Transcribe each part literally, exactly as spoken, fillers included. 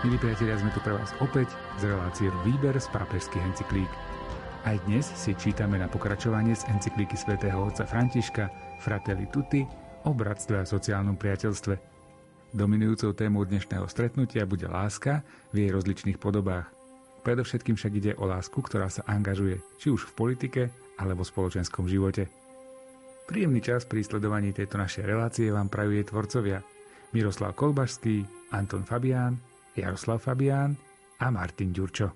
Milí priatelia, sme tu pre vás opäť z relácie Výber z pápežských encyklík. Aj dnes si čítame na pokračovanie z encyklíky svätého otca Františka Fratelli Tutti o bratstve a sociálnom priateľstve. Dominujúcou témou dnešného stretnutia bude láska v jej rozličných podobách. Predovšetkým však ide o lásku, ktorá sa angažuje či už v politike alebo v spoločenskom živote. Príjemný čas pri sledovaní tejto našej relácie vám prajú jej tvorcovia Miroslav Kolbašský, Anton Fabián, Jaroslav Fabián a Martin Ďurčo.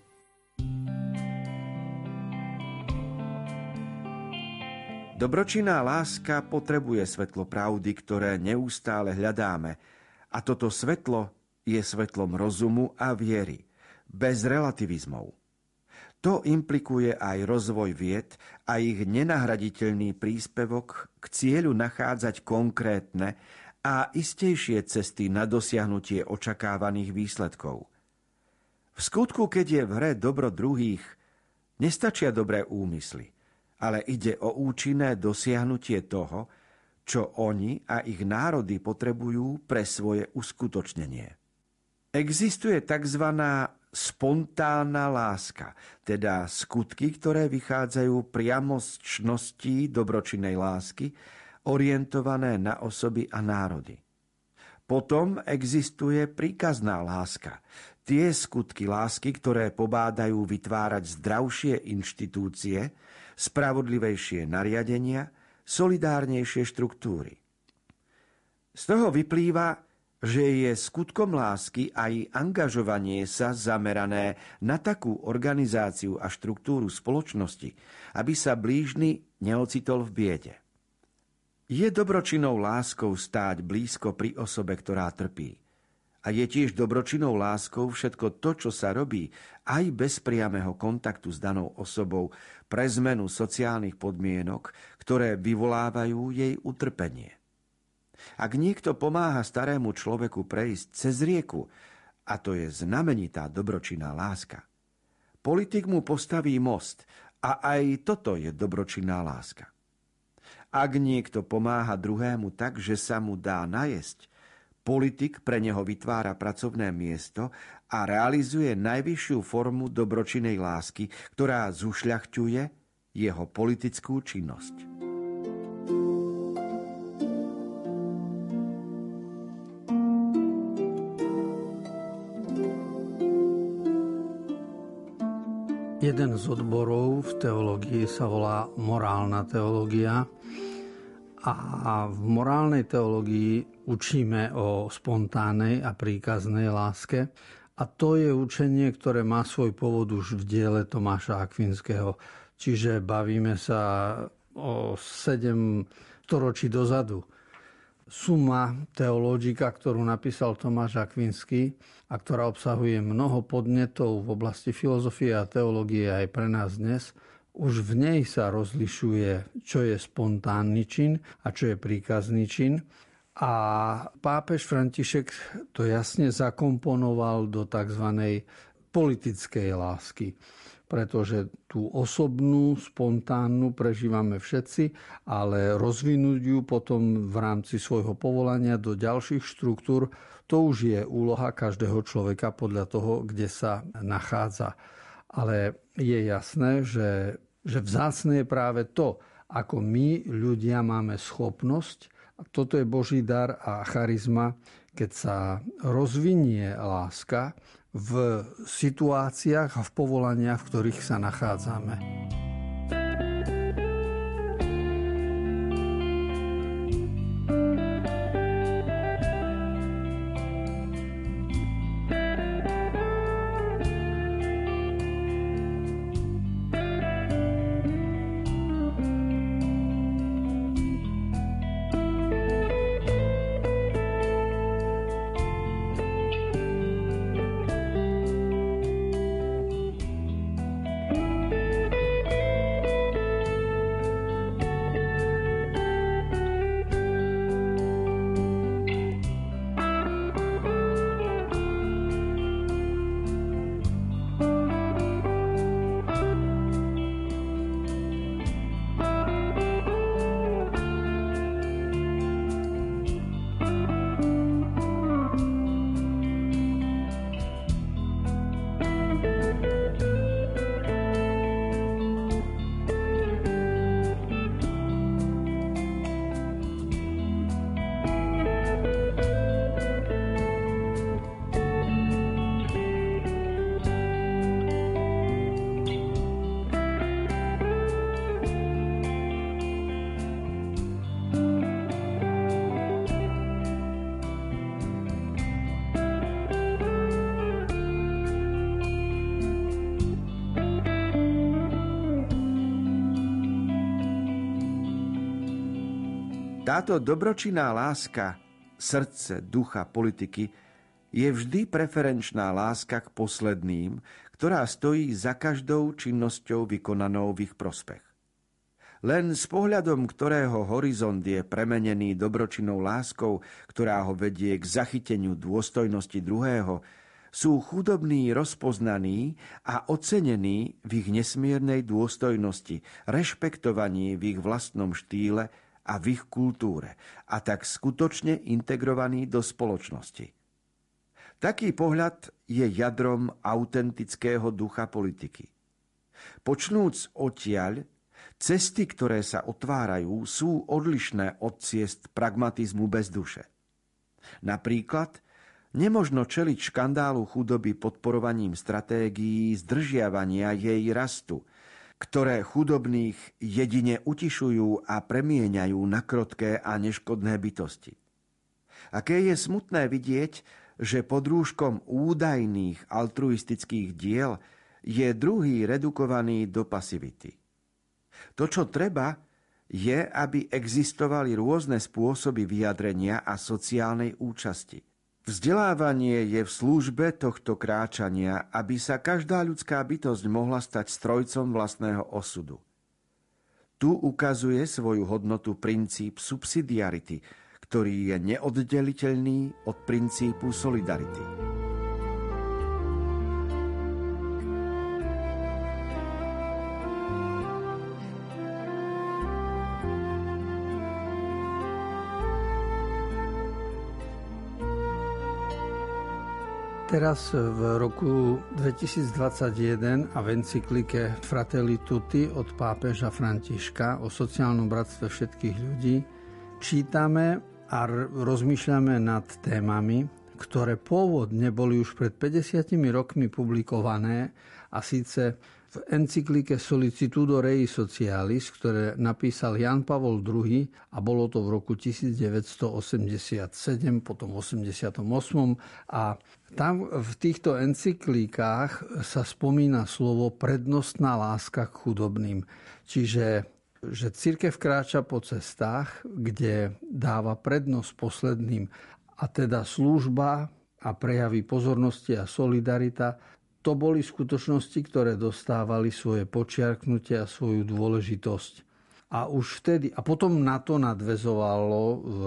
Dobročinná láska potrebuje svetlo pravdy, ktoré neustále hľadáme. A toto svetlo je svetlom rozumu a viery, bez relativizmov. To implikuje aj rozvoj vied a ich nenahraditeľný príspevok k cieľu nachádzať konkrétne a istejšie cesty na dosiahnutie očakávaných výsledkov. V skutku, keď je v hre dobro druhých, nestačia dobré úmysly, ale ide o účinné dosiahnutie toho, čo oni a ich národy potrebujú pre svoje uskutočnenie. Existuje tzv. Spontánna láska, teda skutky, ktoré vychádzajú priamo z čností dobročinnej lásky, orientované na osoby a národy. Potom existuje príkazná láska. Tie skutky lásky, ktoré pobádajú vytvárať zdravšie inštitúcie, spravodlivejšie nariadenia, solidárnejšie štruktúry. Z toho vyplýva, že je skutkom lásky aj angažovanie sa zamerané na takú organizáciu a štruktúru spoločnosti, aby sa blížny neocitol v biede. Je dobročinnou láskou stáť blízko pri osobe, ktorá trpí. A je tiež dobročinnou láskou všetko to, čo sa robí aj bez priamého kontaktu s danou osobou pre zmenu sociálnych podmienok, ktoré vyvolávajú jej utrpenie. Ak niekto pomáha starému človeku prejsť cez rieku, a to je znamenitá dobročinná láska, politik mu postaví most a aj toto je dobročinná láska. Ak niekto pomáha druhému tak, že sa mu dá najesť, politik pre neho vytvára pracovné miesto a realizuje najvyššiu formu dobročinnej lásky, ktorá zušľachťuje jeho politickú činnosť. Jeden z odborov v teológii sa volá morálna teológia. A v morálnej teológii učíme o spontánnej a príkaznej láske. A to je učenie, ktoré má svoj pôvod už v diele Tomáša Akvinského. Čiže bavíme sa o sedem storočí dozadu. Suma teológika, ktorú napísal Tomáš Akvinský a ktorá obsahuje mnoho podnetov v oblasti filozofie a teológie aj pre nás dnes, už v nej sa rozlišuje, čo je spontánny čin a čo je príkazný čin. A pápež František to jasne zakomponoval do tzv. Politickej lásky. Pretože tú osobnú, spontánnu prežívame všetci, ale rozvinúť ju potom v rámci svojho povolania do ďalších štruktúr, to už je úloha každého človeka podľa toho, kde sa nachádza. Ale je jasné, že že vzácne je práve to, ako my ľudia máme schopnosť, a toto je Boží dar a charizma, keď sa rozvinie láska v situáciách a v povolaniach, v ktorých sa nachádzame. Táto dobročinná láska, srdce, ducha politiky, je vždy preferenčná láska k posledným, ktorá stojí za každou činnosťou vykonanou v ich prospech. Len s pohľadom, ktorého horizont je premenený dobročinnou láskou, ktorá ho vedie k zachyteniu dôstojnosti druhého, sú chudobní rozpoznaní a ocenení v ich nesmiernej dôstojnosti, rešpektovaní v ich vlastnom štýle a v ich kultúre, a tak skutočne integrovaní do spoločnosti. Taký pohľad je jadrom autentického ducha politiky. Počnúc odtiaľ, cesty, ktoré sa otvárajú, sú odlišné od ciest pragmatizmu bez duše. Napríklad, nemožno čeliť škandálu chudoby podporovaním stratégií zdržiavania jej rastu, ktoré chudobných jedine utišujú a premieňajú na krotké a neškodné bytosti. Aké je smutné vidieť, že pod rúškom údajných altruistických diel je druhý redukovaný do pasivity. To, čo treba, je, aby existovali rôzne spôsoby vyjadrenia a sociálnej účasti. Vzdelávanie je v službe tohto kráčania, aby sa každá ľudská bytosť mohla stať strojcom vlastného osudu. Tu ukazuje svoju hodnotu princíp subsidiarity, ktorý je neoddeliteľný od princípu solidarity. Teraz v roku dvetisícdvadsaťjeden a v encyklike Fratelli Tutti od pápeža Františka o sociálnom bratstve všetkých ľudí čítame a rozmýšľame nad témami, ktoré pôvodne boli už pred päťdesiatimi rokmi publikované, a síce v encyklike Solicitudo Rei Socialis, ktoré napísal Jan Pavol druhý, a bolo to v roku tisícdeväťstoosemdesiatsedem, potom osemdesiatom ôsmom a tam v týchto encyklíkách sa spomína slovo prednostná láska k chudobným. Čiže že cirkev kráča po cestách, kde dáva prednosť posledným, a teda služba a prejavy pozornosti a solidarita, to boli skutočnosti, ktoré dostávali svoje počiarknutie a svoju dôležitosť. A už vtedy, a potom na to nadväzovalo v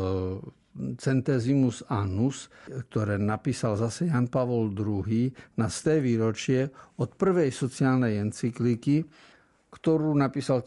Centesimus Annus, ktoré napísal zase Jan Pavol druhý na sté výročie od prvej sociálnej encyklíky, ktorú napísal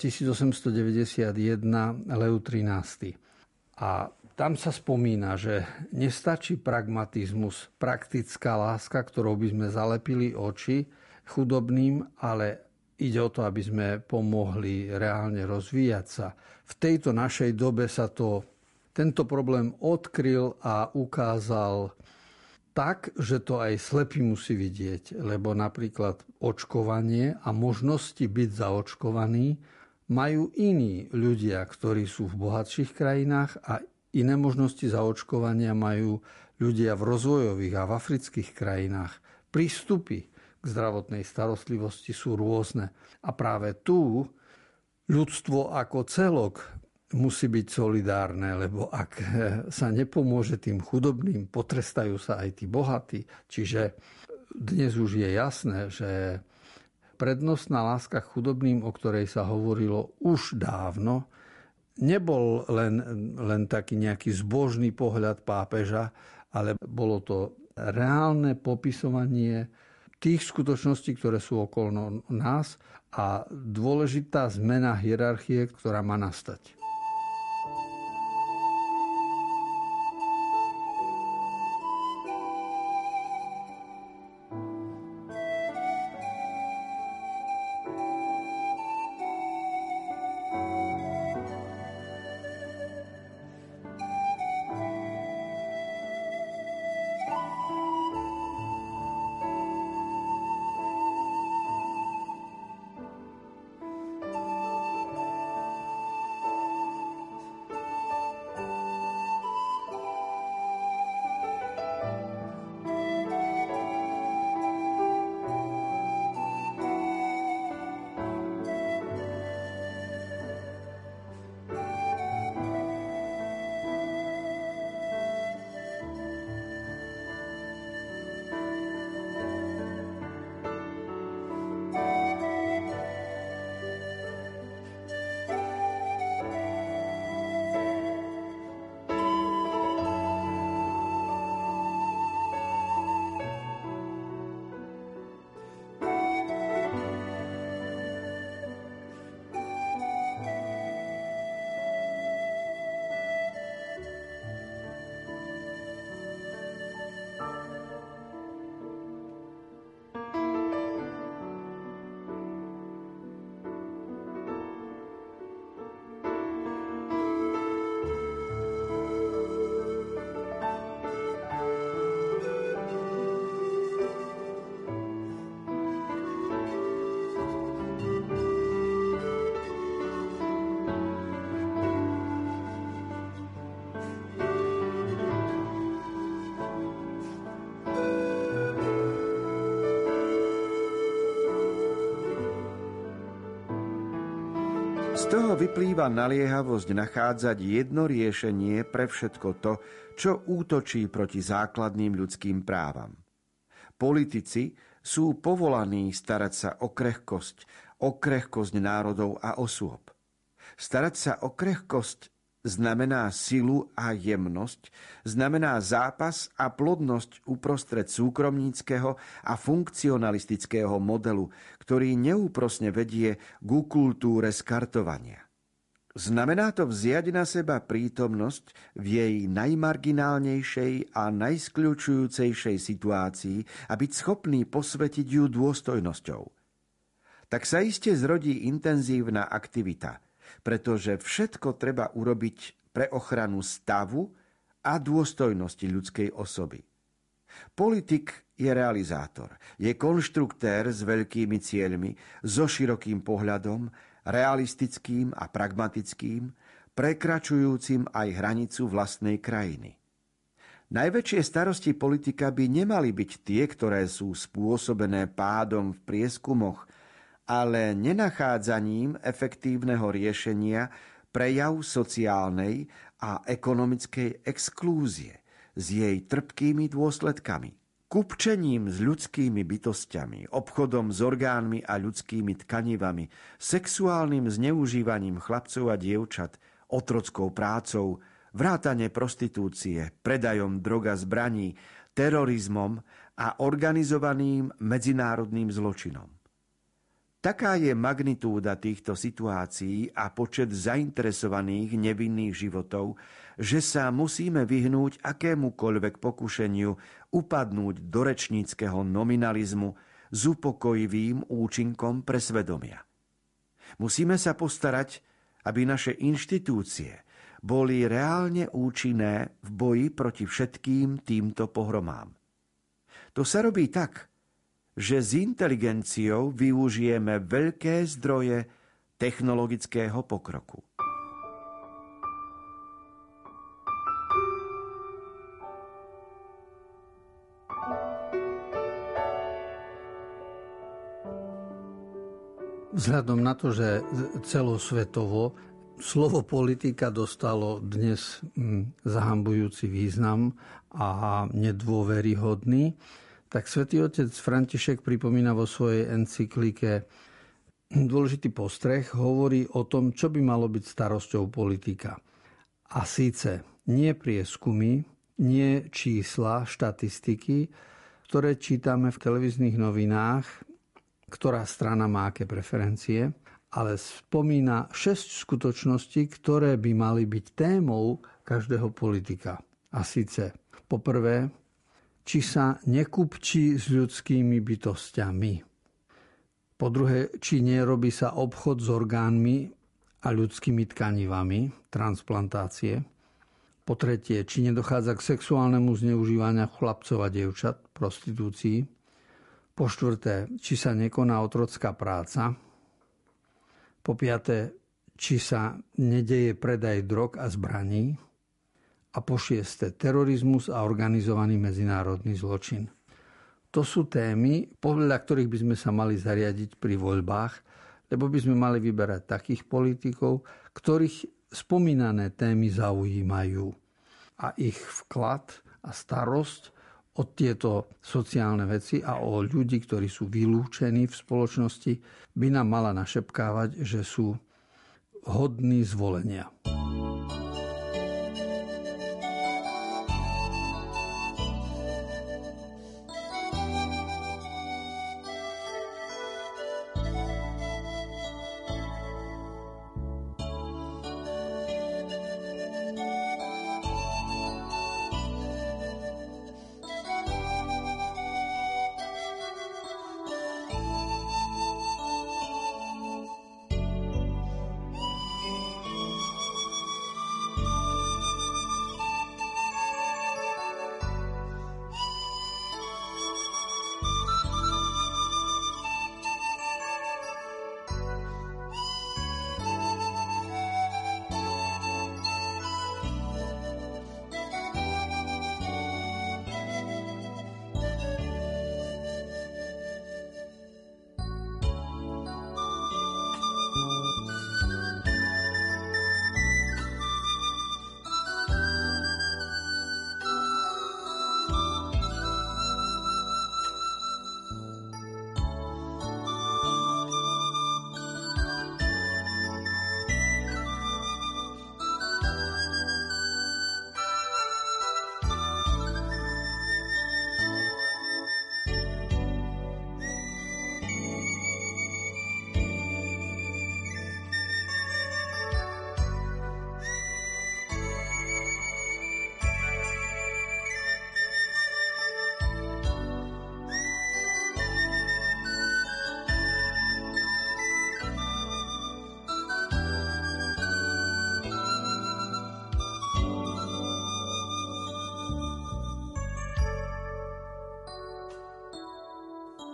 tisícosemstodeväťdesiatjeden Leo trinásty. A tam sa spomína, že nestačí pragmatizmus, praktická láska, ktorou by sme zalepili oči chudobným, ale ide o to, aby sme pomohli reálne rozvíjať sa. V tejto našej dobe sa to, tento problém odkryl a ukázal tak, že to aj slepý musí vidieť, lebo napríklad očkovanie a možnosti byť zaočkovaní majú iní ľudia, ktorí sú v bohatších krajinách, a iné možnosti zaočkovania majú ľudia v rozvojových a v afrických krajinách. Prístupy k zdravotnej starostlivosti sú rôzne. A práve tu ľudstvo ako celok musí byť solidárne, lebo ak sa nepomôže tým chudobným, potrestajú sa aj tí bohatí. Čiže dnes už je jasné, že prednostná láska k chudobným, o ktorej sa hovorilo už dávno, nebol len, len taký nejaký zbožný pohľad pápeža, ale bolo to reálne popisovanie tých skutočností, ktoré sú okolo nás, a dôležitá zmena hierarchie, ktorá má nastať. toho vyplýva naliehavosť nachádzať jedno riešenie pre všetko to, čo útočí proti základným ľudským právam. Politici sú povolaní starať sa o krehkosť, o krehkosť národov a osôb. Starať sa o krehkosť znamená silu a jemnosť, znamená zápas a plodnosť uprostred súkromníckeho a funkcionalistického modelu, ktorý neúprosne vedie ku kultúre skartovania. Znamená to vziať na seba prítomnosť v jej najmarginálnejšej a najskľučujúcejšej situácii a byť schopný posvetiť ju dôstojnosťou. Tak sa iste zrodí intenzívna aktivita, pretože všetko treba urobiť pre ochranu stavu a dôstojnosti ľudskej osoby. Politik je realizátor, je konštruktér s veľkými cieľmi, so širokým pohľadom, realistickým a pragmatickým, prekračujúcim aj hranicu vlastnej krajiny. Najväčšie starosti politika by nemali byť tie, ktoré sú spôsobené pádom v prieskumoch, ale nenachádzaním efektívneho riešenia prejav sociálnej a ekonomickej exklúzie s jej trpkými dôsledkami. Kupčením s ľudskými bytosťami, obchodom s orgánmi a ľudskými tkanivami, sexuálnym zneužívaním chlapcov a dievčat, otrockou prácou, vrátane prostitúcie, predajom drog a zbraní, terorizmom a organizovaným medzinárodným zločinom. Taká je magnitúda týchto situácií a počet zainteresovaných nevinných životov, že sa musíme vyhnúť akémukoľvek pokušeniu upadnúť do rečníckeho nominalizmu s upokojivým účinkom pre svedomia. Musíme sa postarať, aby naše inštitúcie boli reálne účinné v boji proti všetkým týmto pohromám. To sa robí tak, že s inteligenciou využijeme veľké zdroje technologického pokroku. Vzhľadom na to, že celosvetovo slovo politika dostalo dnes zahambujúci význam a nedôveryhodný, tak svätý otec František pripomína vo svojej encyklike dôležitý postreh, hovorí o tom, čo by malo byť starosťou politika. A síce nie prieskumy, nie čísla, štatistiky, ktoré čítame v televíznych novinách, ktorá strana má aké preferencie, ale spomína šesť skutočností, ktoré by mali byť témou každého politika. A síce poprvé, či sa nekupčí s ľudskými bytosťami. Po druhé, či nerobí sa obchod s orgánmi a ľudskými tkanivami, transplantácie. Po tretie, či nedochádza k sexuálnemu zneužívaniu chlapcov a dievčat, prostitúcii. Po štvrté, či sa nekoná otrocká práca. Po piaté, či sa nedeje predaj drog a zbraní. A po šieste, terorizmus a organizovaný medzinárodný zločin. To sú témy, podľa ktorých by sme sa mali zariadiť pri voľbách, lebo by sme mali vyberať takých politikov, ktorých spomínané témy zaujímajú. A ich vklad a starosť o tieto sociálne veci a o ľudí, ktorí sú vylúčení v spoločnosti, by nám mala našepkávať, že sú hodní zvolenia.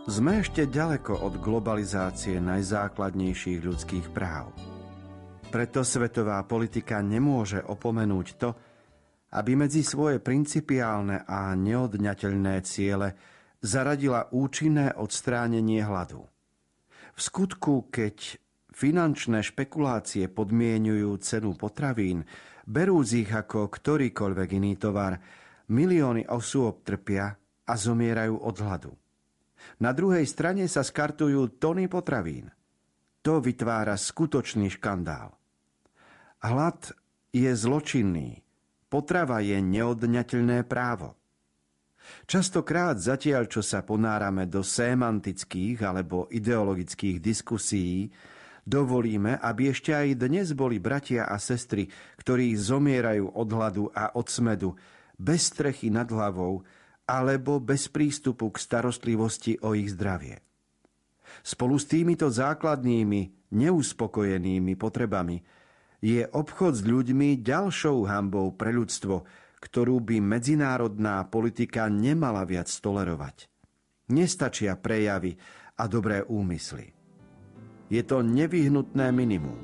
Sme ešte ďaleko od globalizácie najzákladnejších ľudských práv. Preto svetová politika nemôže opomenúť to, aby medzi svoje principiálne a neodňateľné ciele zaradila účinné odstránenie hladu. V skutku, keď finančné špekulácie podmienujú cenu potravín, berúc ich ako ktorýkoľvek iný tovar, milióny osôb trpia a zomierajú od hladu. Na druhej strane sa skartujú tony potravín. To vytvára skutočný škandál. Hlad je zločinný, potrava je neodňateľné právo. Častokrát zatiaľ, čo sa ponárame do sémantických alebo ideologických diskusí, dovolíme, aby ešte aj dnes boli bratia a sestry, ktorí zomierajú od hladu a od smedu, bez strechy nad hlavou alebo bez prístupu k starostlivosti o ich zdravie. Spolu s týmito základnými, neuspokojenými potrebami je obchod s ľuďmi ďalšou hanbou pre ľudstvo, ktorú by medzinárodná politika nemala viac tolerovať. Nestačia prejavy a dobré úmysly. Je to nevyhnutné minimum.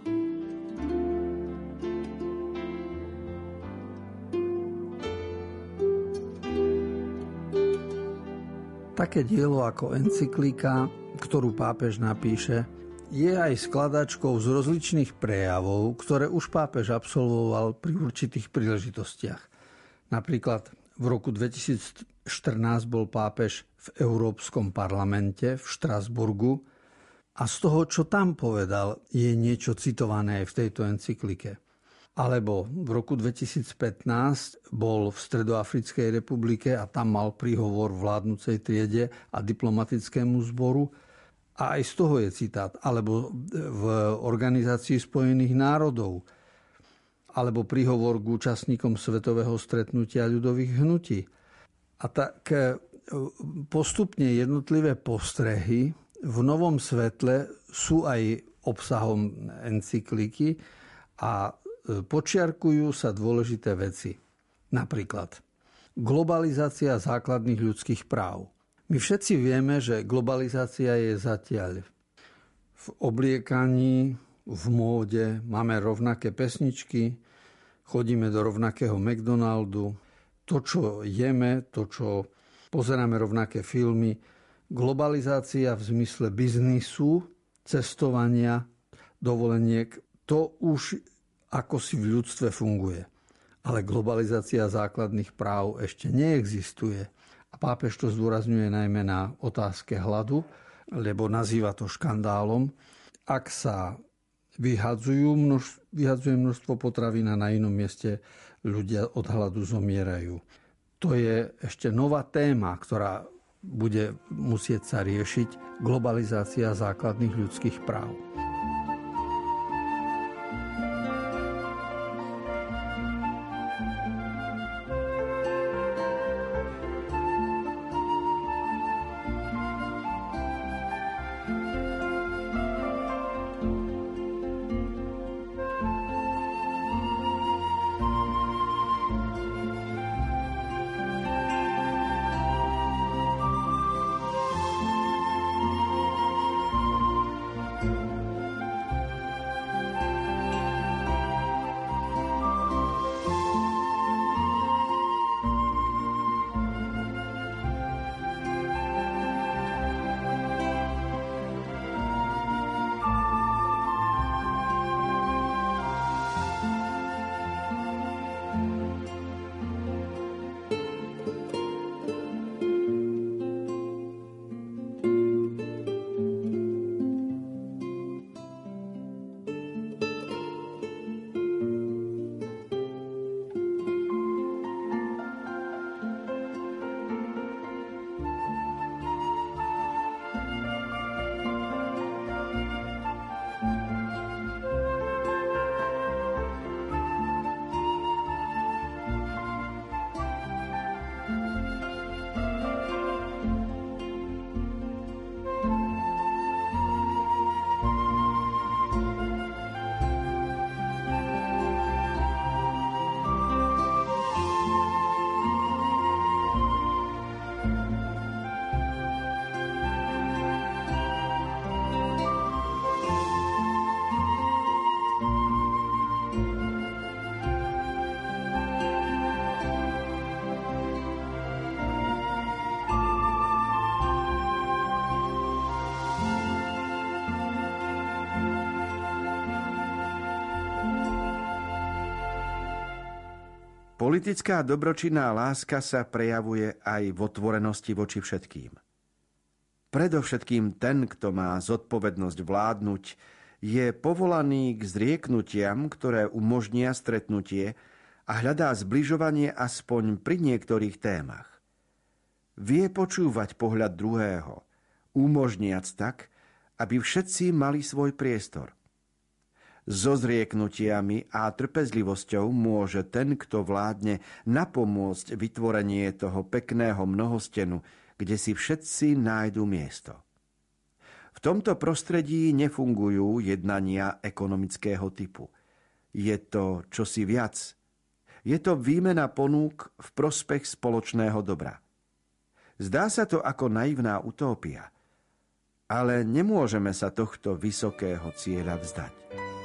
Také dielo ako encyklika, ktorú pápež napíše, je aj skladačkou z rozličných prejavov, ktoré už pápež absolvoval pri určitých príležitostiach. Napríklad v roku dvetisícštrnásť bol pápež v Európskom parlamente v Štrasburgu a z toho, čo tam povedal, je niečo citované aj v tejto encyklike. Alebo v roku dvetisícpätnásť bol v Stredoafrickej republike a tam mal príhovor vládnucej triede a diplomatickému zboru. A aj z toho je citát. Alebo v Organizácii spojených národov. Alebo príhovor k účastníkom Svetového stretnutia ľudových hnutí. A tak postupne jednotlivé postrehy v novom svetle sú aj obsahom encykliky a počiarkujú sa dôležité veci. Napríklad globalizácia základných ľudských práv. My všetci vieme, že globalizácia je zatiaľ v obliekaní, v móde, máme rovnaké pesničky, chodíme do rovnakého McDonaldu, to, čo jeme, to, čo pozeráme rovnaké filmy. Globalizácia v zmysle biznisu, cestovania, dovoleniek, to už ako si v ľudstve funguje. Ale globalizácia základných práv ešte neexistuje. A pápež to zdôrazňuje najmä na otázke hladu, lebo nazýva to škandálom. Ak sa vyhadzujú množ, vyhadzuje množstvo potravín a na inom mieste ľudia od hladu zomierajú. To je ešte nová téma, ktorá bude musieť sa riešiť, globalizácia základných ľudských práv. Politická dobročinná láska sa prejavuje aj v otvorenosti voči všetkým. Predovšetkým ten, kto má zodpovednosť vládnuť, je povolaný k zrieknutiam, ktoré umožnia stretnutie a hľadá zbližovanie aspoň pri niektorých témach. Vie počúvať pohľad druhého, umožniac tak, aby všetci mali svoj priestor. So zrieknutiami a trpezlivosťou môže ten, kto vládne, napomôcť vytvorenie toho pekného mnohostenu, kde si všetci nájdu miesto. V tomto prostredí nefungujú jednania ekonomického typu. Je to čosi viac. Je to výmena ponúk v prospech spoločného dobra. Zdá sa to ako naivná utópia, ale nemôžeme sa tohto vysokého cieľa vzdať.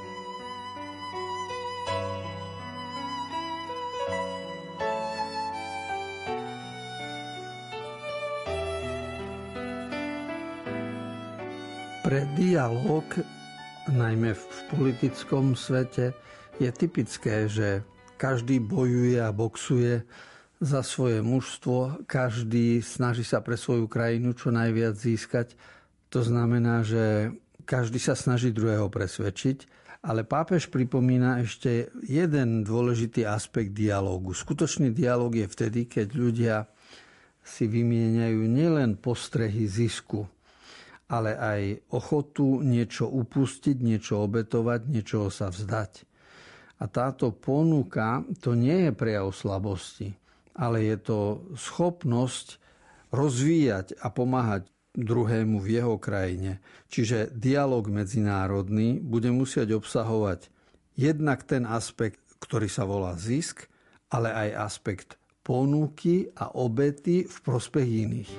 Pre dialóg, najmä v politickom svete, je typické, že každý bojuje a boxuje za svoje mužstvo, každý snaží sa pre svoju krajinu čo najviac získať. To znamená, že každý sa snaží druhého presvedčiť, ale pápež pripomína ešte jeden dôležitý aspekt dialógu. Skutočný dialóg je vtedy, keď ľudia si vymieňajú nielen postrehy zisku, ale aj ochotu niečo upustiť, niečo obetovať, niečoho sa vzdať. A táto ponuka, to nie je prejav slabosti, ale je to schopnosť rozvíjať a pomáhať druhému v jeho krajine. Čiže dialóg medzinárodný bude musieť obsahovať jednak ten aspekt, ktorý sa volá zisk, ale aj aspekt ponuky a obety v prospech iných.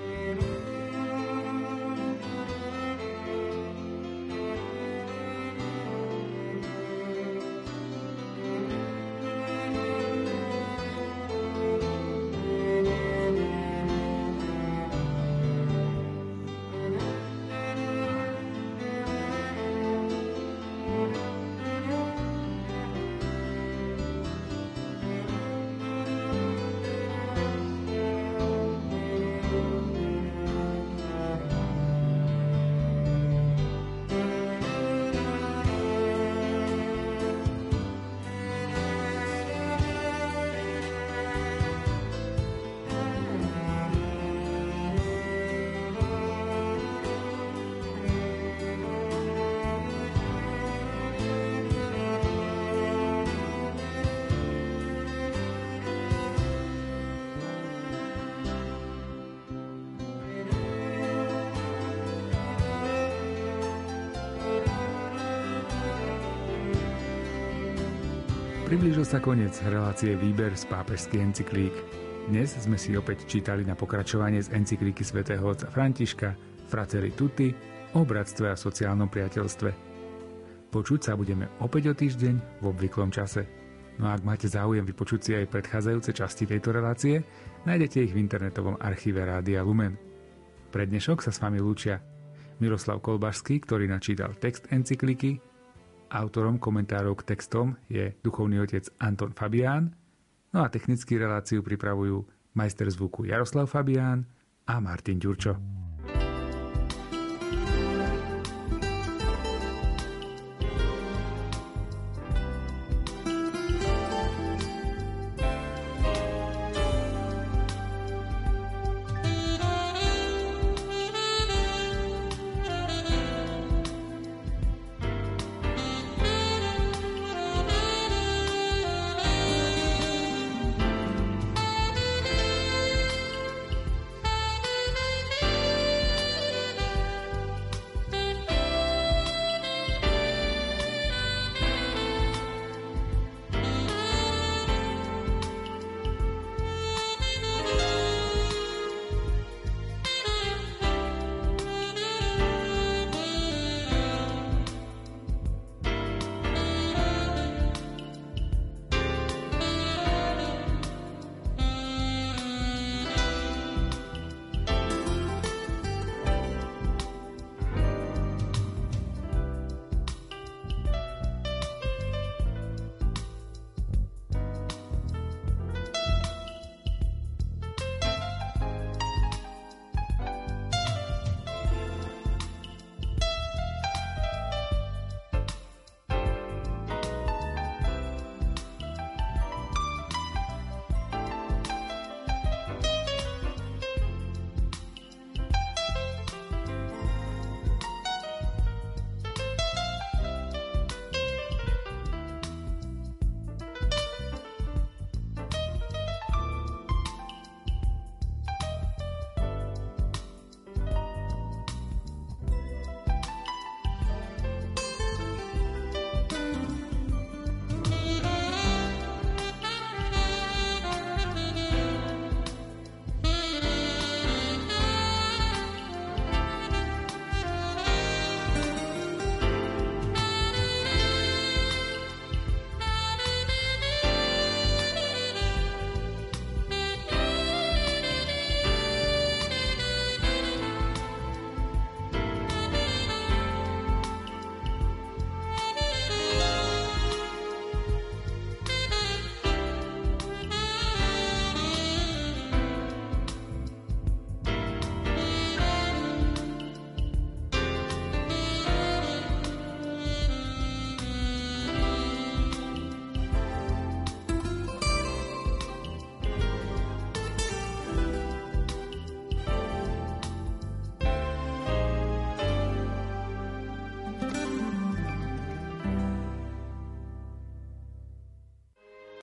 Priblížil sa koniec relácie Výber z pápežských encyklík. Dnes sme si opäť čítali na pokračovanie z encyklíky svätého otca Františka Fratelli Tutti o bratstve a sociálnom priateľstve. Počuť sa budeme opäť o týždeň v obvyklom čase. No a ak máte záujem vypočuť si aj predchádzajúce časti tejto relácie, nájdete ich v internetovom archíve Rádia Lumen. Pre dnešok sa s vami lúčia Miroslav Kolbašský, ktorý načítal text encyklíky. Autorom komentárov k textom je duchovný otec Anton Fabián, no a technickú reláciu pripravujú majster zvuku Jaroslav Fabián a Martin Ďurčo.